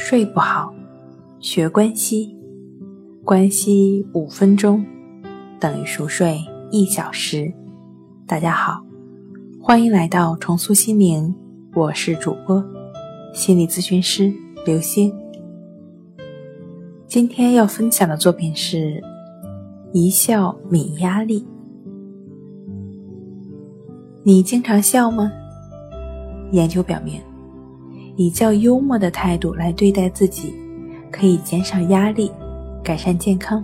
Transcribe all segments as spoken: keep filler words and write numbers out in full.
睡不好，学关息，关息五分钟等于熟睡一小时。大家好，欢迎来到重塑心灵，我是主播心理咨询师刘星。今天要分享的作品是一笑泯压力。你经常笑吗？研究表明，以较幽默的态度来对待自己，可以减少压力，改善健康。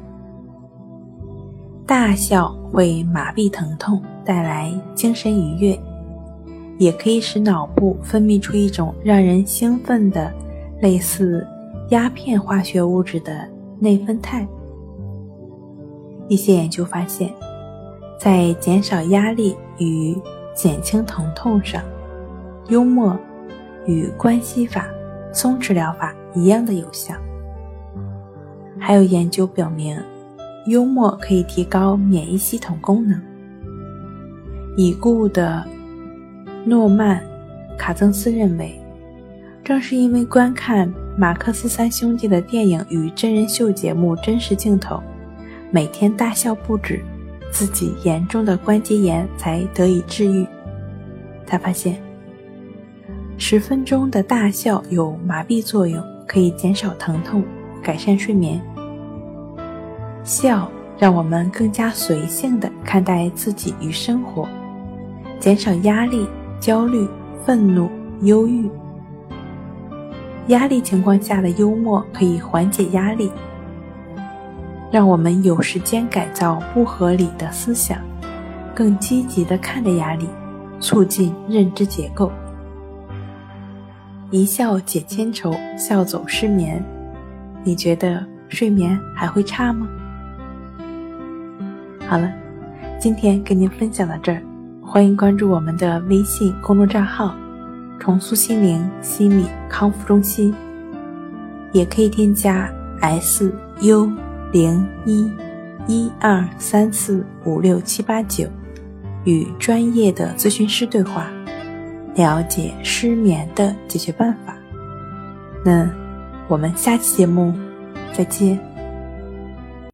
大笑会麻痹疼痛，带来精神愉悦，也可以使脑部分泌出一种让人兴奋的类似鸦片化学物质的内啡肽。一些研究发现，在减少压力与减轻疼痛上，幽默与关系法、松弛疗法一样的有效。还有研究表明，幽默可以提高免疫系统功能。已故的诺曼·卡曾斯认为，正是因为观看马克思三兄弟的电影与真人秀节目真实镜头，每天大笑不止，自己严重的关节炎才得以治愈。他发现十分钟的大笑有麻痹作用，可以减少疼痛，改善睡眠。笑让我们更加随性地看待自己与生活，减少压力、焦虑、愤怒、忧郁。压力情况下的幽默可以缓解压力，让我们有时间改造不合理的思想，更积极地看待压力，促进认知结构。一笑解千愁，笑走失眠。你觉得睡眠还会差吗？好了，今天跟您分享到这儿，欢迎关注我们的微信公众账号重塑心灵心理康复中心，也可以添加 S U 零一 一二三四五六七八九与专业的咨询师对话，了解失眠的解决办法。那我们下期节目再见。